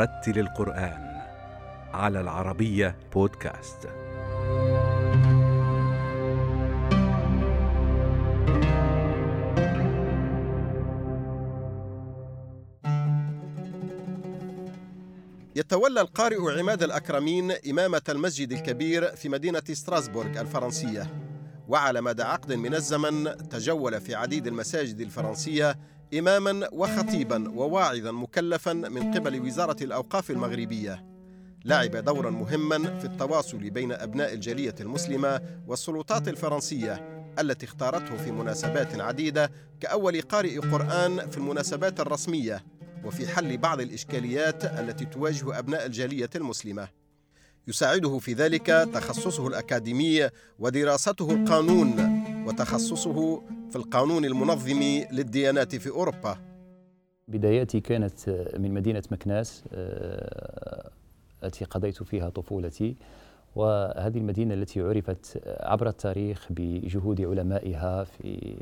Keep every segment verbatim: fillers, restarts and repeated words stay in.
رتل القرآن على العربية بودكاست. يتولى القارئ عماد الأكرمين إمامة المسجد الكبير في مدينة ستراسبورغ الفرنسية، وعلى مدى عقد من الزمن تجول في عديد المساجد الفرنسية إماماً وخطيباً وواعظاً مكلفاً من قبل وزارة الأوقاف المغربية. لعب دوراً مهماً في التواصل بين أبناء الجالية المسلمة والسلطات الفرنسية التي اختارته في مناسبات عديدة كأول قارئ قرآن في المناسبات الرسمية، وفي حل بعض الإشكاليات التي تواجه أبناء الجالية المسلمة. يساعده في ذلك تخصصه الأكاديمي ودراسته القانون، وتخصصه في القانون المنظم للديانات في أوروبا. بداياتي كانت من مدينة مكناس التي قضيت فيها طفولتي، وهذه المدينة التي عرفت عبر التاريخ بجهود علمائها في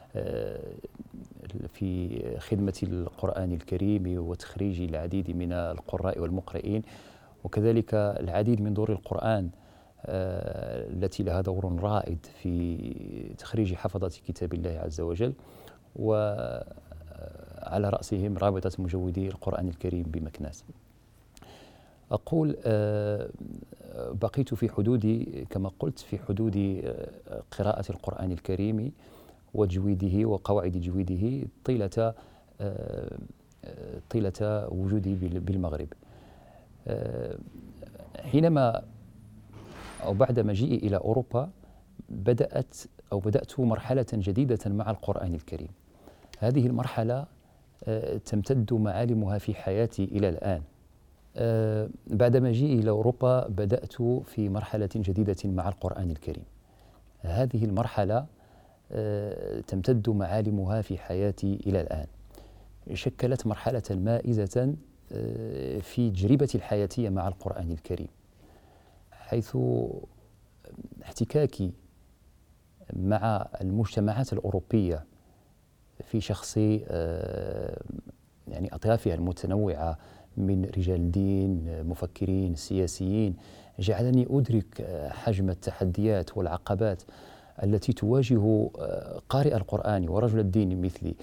في خدمة القرآن الكريم وتخريج العديد من القراء والمقرئين، وكذلك العديد من دور القرآن التي لها دور رائد في تخريج حفظة كتاب الله عز وجل، وعلى رأسهم رابطة مجودي القرآن الكريم بمكناس. أقول بقيت في حدود، كما قلت، في حدود قراءة القرآن الكريم وتجويده وقواعد تجويده طيلة طيلة وجودي بالمغرب. حينما أو بعد مجيئي إلى أوروبا بدأت أو بدأت مرحلة جديدة مع القرآن الكريم. هذه المرحلة تمتد معالمها في حياتي إلى الآن. بعد مجيئي إلى أوروبا بدأت في مرحلة جديدة مع القرآن الكريم. هذه المرحلة تمتد معالمها في حياتي إلى الآن. شكلت مرحلة مائزة في تجربتي الحياتية مع القرآن الكريم، حيث احتكاكي مع المجتمعات الأوروبية في شخص يعني أطيافها المتنوعة من رجال دين، مفكرين، سياسيين، جعلني أدرك حجم التحديات والعقبات التي تواجه قارئ القرآن ورجل الدين مثلي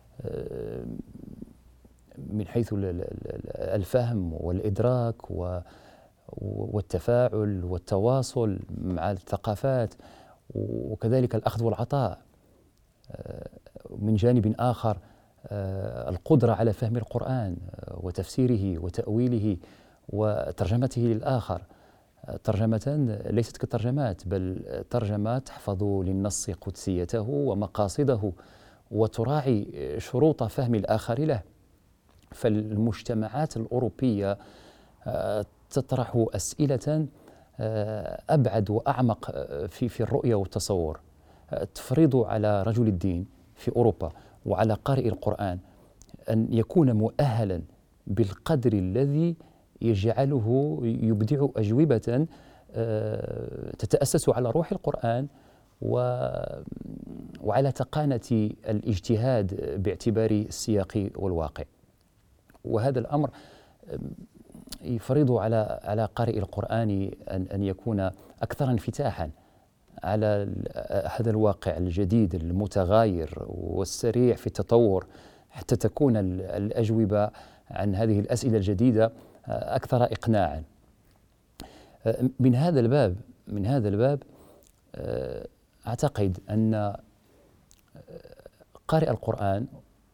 من حيث الفهم والإدراك والتفاعل والتواصل مع الثقافات، وكذلك الأخذ والعطاء. من جانب آخر القدرة على فهم القرآن وتفسيره وتأويله وترجمته للآخر، ترجمة ليست كالترجمات، بل ترجمة تحفظ للنص قدسيته ومقاصده وتراعي شروط فهم الآخر له. فالمجتمعات الأوروبية تطرح أسئلة أبعد وأعمق في في الرؤية والتصور، تفرض على رجل الدين في أوروبا وعلى قارئ القرآن أن يكون مؤهلا بالقدر الذي يجعله يبدع أجوبة تتأسس على روح القرآن وعلى تقانة الاجتهاد باعتبار السياق والواقع. وهذا الأمر يفرض على على قارئ القرآن أن أن يكون أكثر انفتاحا على هذا الواقع الجديد المتغاير والسريع في التطور، حتى تكون الأجوبة عن هذه الأسئلة الجديدة أكثر إقناعا. من هذا الباب من هذا الباب أعتقد أن قارئ القرآن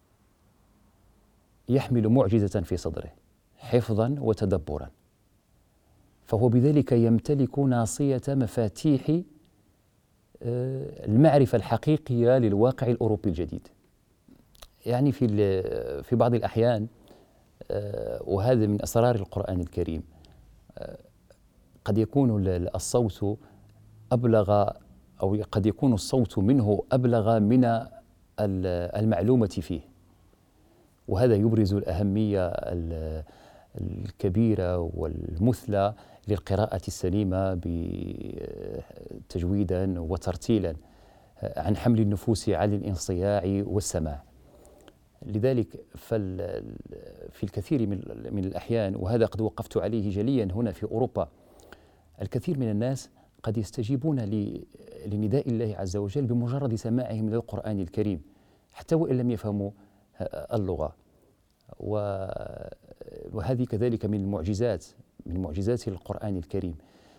يحمل معجزة في صدره حفظا وتدبرا، فهو بذلك يمتلك ناصية مفاتيح المعرفة الحقيقية للواقع الأوروبي الجديد. يعني في في بعض الأحيان، وهذا من أسرار القرآن الكريم، قد يكون الصوت أبلغ أو قد يكون الصوت منه أبلغ من المعلومة فيه، وهذا يبرز الأهمية الكبيرة والمثلى للقراءة السليمة بتجويدا وترتيلا عن حمل النفوس على الانصياع والسماع. لذلك في الكثير من الأحيان، وهذا قد وقفت عليه جليا هنا في أوروبا، الكثير من الناس قد يستجيبون لنداء الله عز وجل بمجرد سماعهم للقرآن الكريم حتى وإن لم يفهموا اللغة. وهذه كذلك من المعجزات من معجزات القرآن الكريم.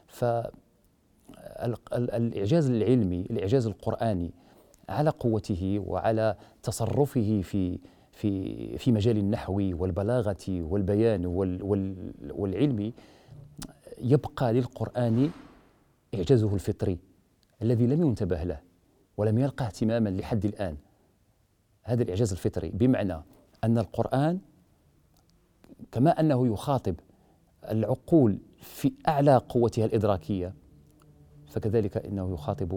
فالإعجاز العلمي، الإعجاز القرآني على قوته وعلى تصرفه في في في مجال النحو والبلاغة والبيان والعلم، يبقى للقرآن إعجازه الفطري الذي لم ينتبه له ولم يلقى اهتماما لحد الآن. هذا الإعجاز الفطري بمعنى أن القرآن كما أنه يخاطب العقول في أعلى قوتها الإدراكية، فكذلك إنه يخاطب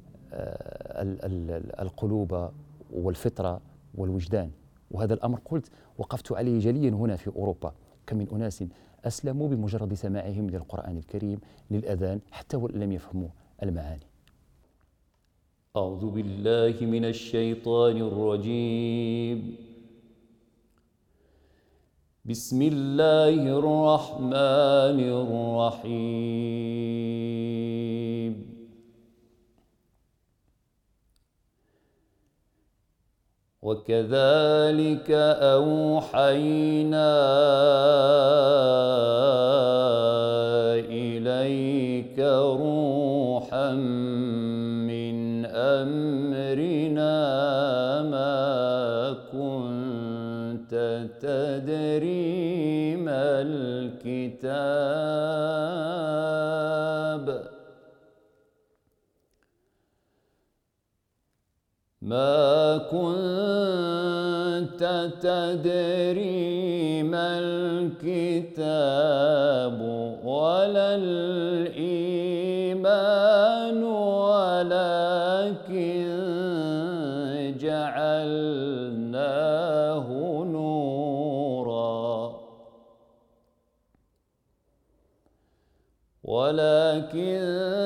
القلوب والفطرة والوجدان. وهذا الأمر قلت وقفت عليه جليا هنا في أوروبا، كم من أناس أسلموا بمجرد سماعهم للقرآن الكريم للأذان حتى وإن لم يفهموا المعاني. أعوذ بالله من الشيطان الرجيم. بسم الله الرحمن الرحيم. وكذلك أوحينا إليك روحا من أمرنا ما كنت تدري ما الكتاب ما كنت تدري ما الكتاب ولا الإيمان ولكن جعلناه نورا ولكن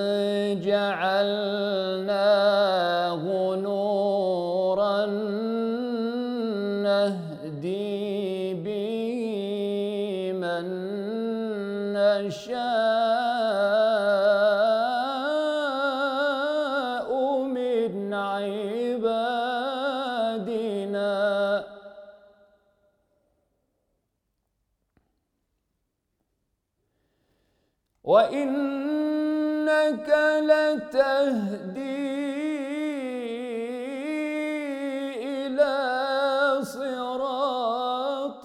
جعلناه نورا نهدي به من نشاء من عبادنا وإنك لتهدي إلى صراط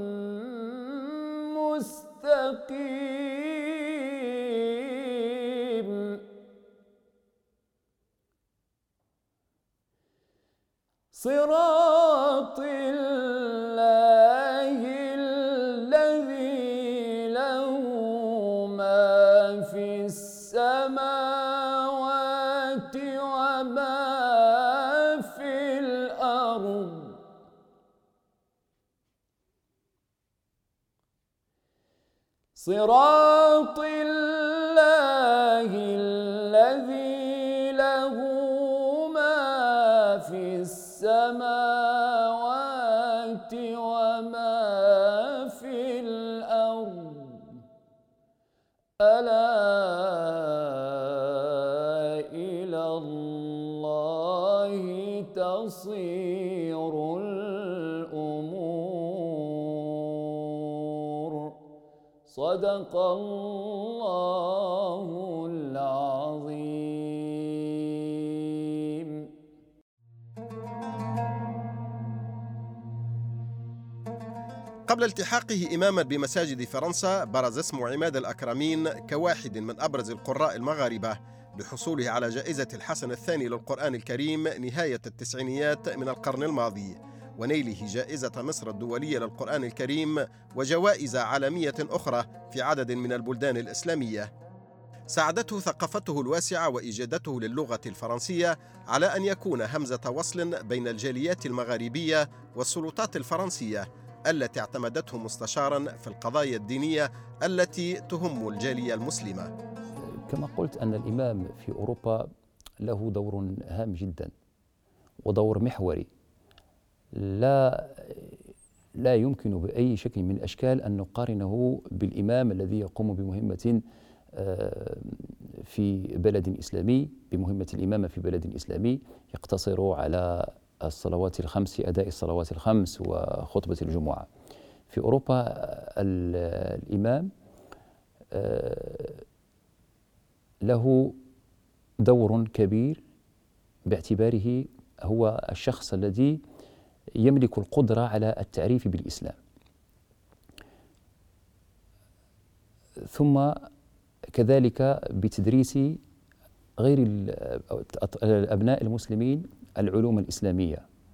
مستقيم صراط الله الذي له ما في السماوات وما في الأرض صراط الله الذي له ما في السماوات وما في الأرض ألا إلى الله تصير الأمور صدق الله العظيم. قبل التحاقه إماما بمساجد فرنسا برز اسم عماد الأكرمين كواحد من أبرز القراء المغاربة لحصوله على جائزة الحسن الثاني للقرآن الكريم نهاية التسعينيات من القرن الماضي، ونيله جائزة مصر الدولية للقرآن الكريم وجوائز عالمية أخرى في عدد من البلدان الإسلامية. ساعدته ثقافته الواسعة وإجادته للغة الفرنسية على أن يكون همزة وصل بين الجاليات المغاربية والسلطات الفرنسية التي اعتمدته مستشاراً في القضايا الدينية التي تهم الجالية المسلمة. كما قلت أن الإمام في أوروبا له دور هام جدا ودور محوري لا لا يمكن بأي شكل من الأشكال أن نقارنه بالإمام الذي يقوم بمهمة في بلد إسلامي، بمهمة الإمامة في بلد إسلامي يقتصر على الصلوات الخمس، أداء الصلوات الخمس وخطبة الجمعة. في أوروبا الإمام له دور كبير باعتباره هو الشخص الذي يملك القدرة على التعريف بالإسلام، ثم كذلك بتدريس غير الأبناء المسلمين العلوم الإسلامية،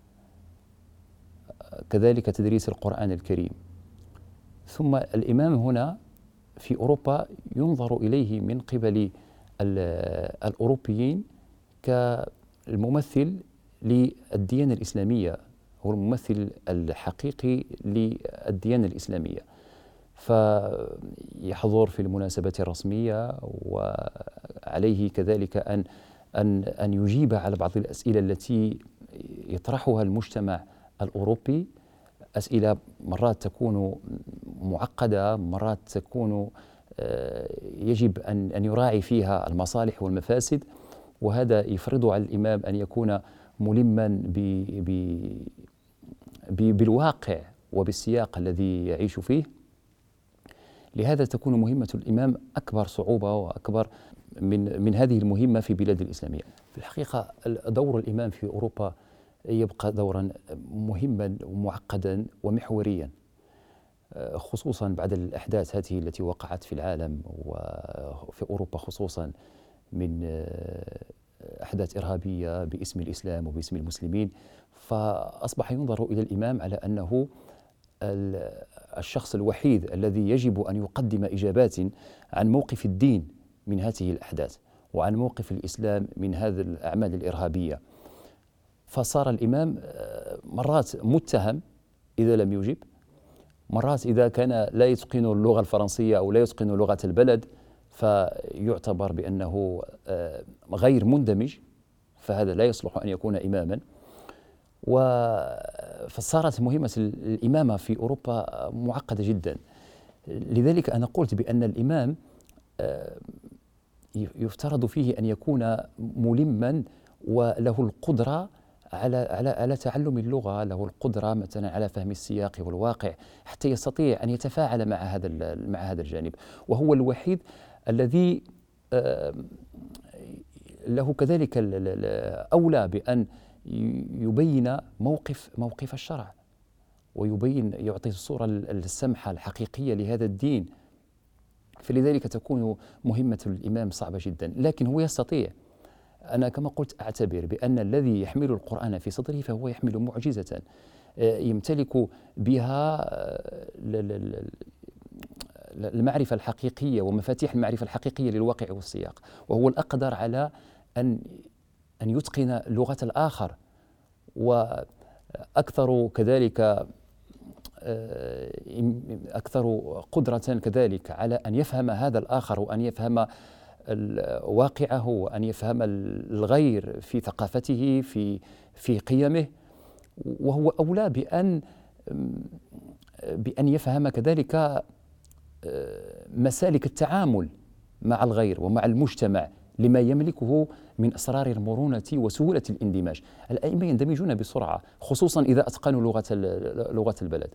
كذلك تدريس القرآن الكريم. ثم الإمام هنا في أوروبا ينظر إليه من قبل الأوروبيين كالممثل للديانة الإسلامية، هو الممثل الحقيقي للديانة الإسلامية، فيحضر في المناسبات الرسمية، وعليه كذلك أن أن أن يجيب على بعض الأسئلة التي يطرحها المجتمع الأوروبي، أسئلة مرات تكون معقدة، مرات تكون يجب أن أن يراعي فيها المصالح والمفاسد، وهذا يفرض على الإمام أن يكون ملما ب ب بالواقع وبالسياق الذي يعيش فيه. لهذا تكون مهمة الإمام أكبر صعوبة وأكبر من من هذه المهمة في بلاد الإسلامية. في الحقيقة دور الإمام في أوروبا يبقى دورا مهما ومعقدا ومحوريا، خصوصا بعد الأحداث هذه التي وقعت في العالم وفي أوروبا خصوصا من أحداث إرهابية باسم الإسلام وباسم المسلمين، فأصبح ينظر إلى الإمام على أنه الشخص الوحيد الذي يجب أن يقدم إجابات عن موقف الدين من هذه الأحداث وعن موقف الإسلام من هذه الأعمال الإرهابية. فصار الإمام مرات متهم إذا لم يجب، مرات إذا كان لا يتقن اللغة الفرنسية أو لا يتقن لغة البلد فيعتبر بأنه غير مندمج، فهذا لا يصلح أن يكون إماما. فصارت مهمة الإمامة في أوروبا معقدة جدا. لذلك أنا قلت بأن الإمام يفترض فيه أن يكون ملما وله القدرة على على على تعلم اللغة، له القدرة مثلا على فهم السياق والواقع حتى يستطيع أن يتفاعل مع هذا مع هذا الجانب، وهو الوحيد الذي له كذلك أولى بأن يبين موقف موقف الشرع، ويبين يعطي الصورة السمحة الحقيقية لهذا الدين. فلذلك تكون مهمة الإمام صعبة جدا، لكن هو يستطيع. أنا كما قلت أعتبر بأن الذي يحمل القرآن في صدره فهو يحمل معجزة يمتلك بها المعرفة الحقيقية ومفاتيح المعرفة الحقيقية للواقع والسياق، وهو الأقدر على أن أن يتقن لغة الآخر، وأكثر كذلك أكثر قدرة كذلك على أن يفهم هذا الآخر وأن يفهم واقعه وأن يفهم الغير في ثقافته في في قيمه، وهو أولى بأن بأن يفهم كذلك مسالك التعامل مع الغير ومع المجتمع لما يملكه من أسرار المرونة وسهولة الاندماج. الأئمة يندمجون بسرعة خصوصا إذا أتقنوا لغة لغة البلد.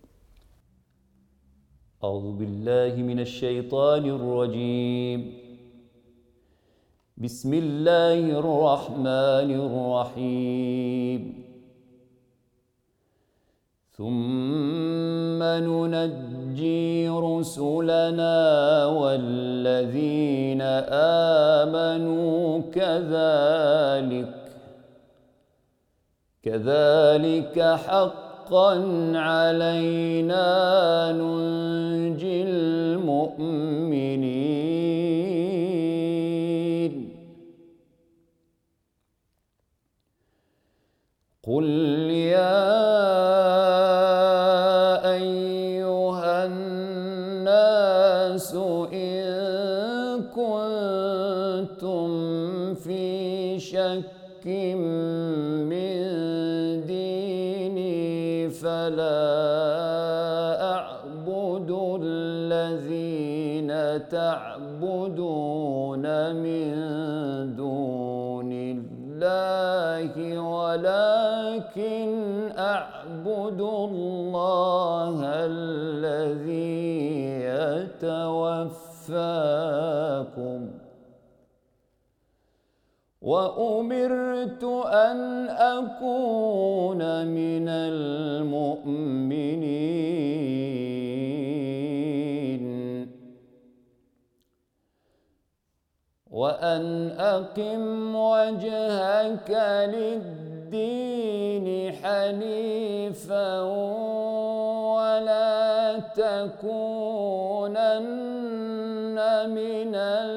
أعوذ بالله من الشيطان الرجيم. بسم الله الرحمن الرحيم. ثم ننجي رسلنا والذين آمنوا كذلك كذلك حقا علينا ننجي المؤمنين. قل يا أيها الناس إن كنتم في شك من ديني ولا أعبد الذين تعبدون من دون الله ولكن أعبد الله الذي يتوفاكم وأمرت أن أكون من المؤمنين وأن أقم وجهك للدين حنيفا ولا تكونن من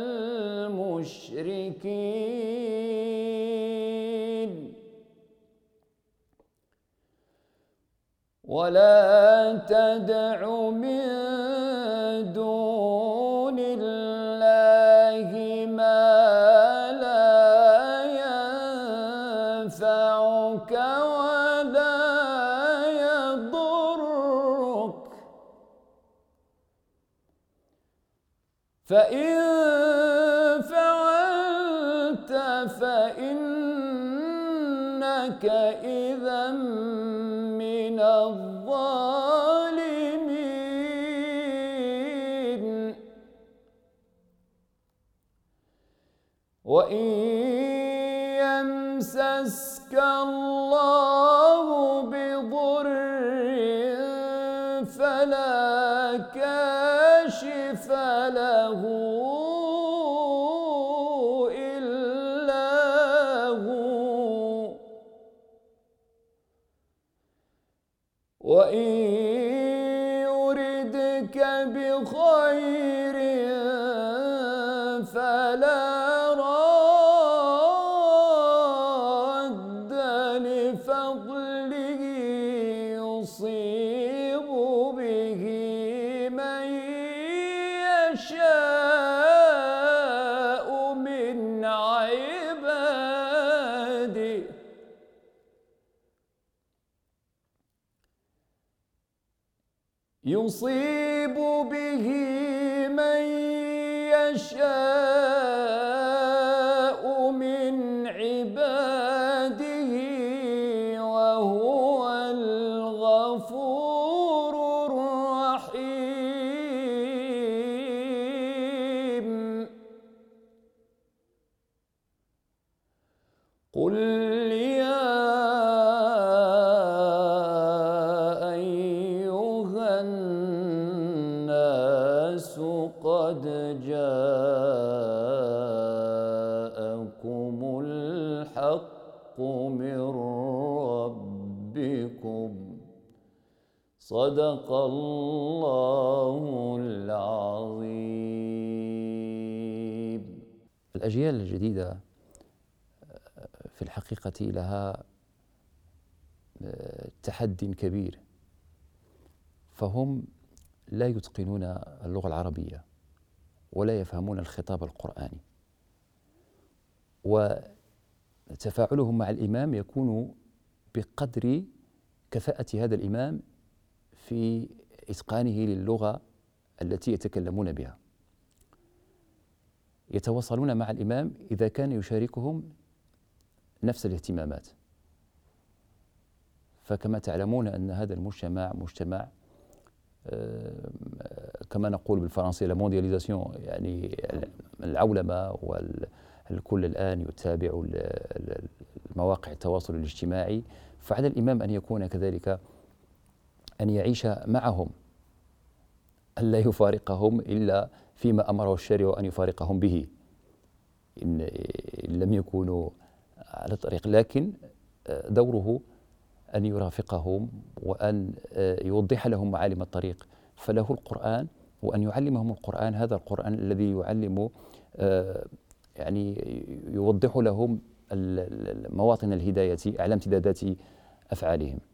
المشركين ولا تدع من دون الله ما لا ينفعك ولا يضرك فإن فعلت فإنك إذا من الظالمين وإن يمسسك الله بضر فلا كاشف له إلا هو وإن يردك بخير فلا راد لفضله يصيب به من يشاء من عباده يصيب به من يشاء من عباده وهو الغفور الرحيم قل يا أيها الناس قد جاءكم الحق من ربكم صدق الله العظيم. الأجيال الجديدة في الحقيقة لها تحدي كبير، فهم لا يتقنون اللغة العربية ولا يفهمون الخطاب القرآني، وتفاعلهم مع الإمام يكون بقدر كفاءة هذا الإمام في إتقانه للغة التي يتكلمون بها. يتواصلون مع الإمام إذا كان يشاركهم نفس الاهتمامات، فكما تعلمون أن هذا المجتمع مجتمع كما نقول بالفرنسية لا موندياليزاسيون، يعني العولمة والكل الآن يتابع مواقع التواصل الاجتماعي، فعلى الإمام أن يكون كذلك، أن يعيش معهم، ألا يفارقهم إلا فيما أمره الشارع أن يفارقهم به إن لم يكونوا على الطريق، لكن دوره أن يرافقهم وأن يوضح لهم معالم الطريق، فله القرآن وأن يعلمهم القرآن، هذا القرآن الذي يعلم يعني يوضح لهم مواطن الهداية على امتدادات أفعالهم.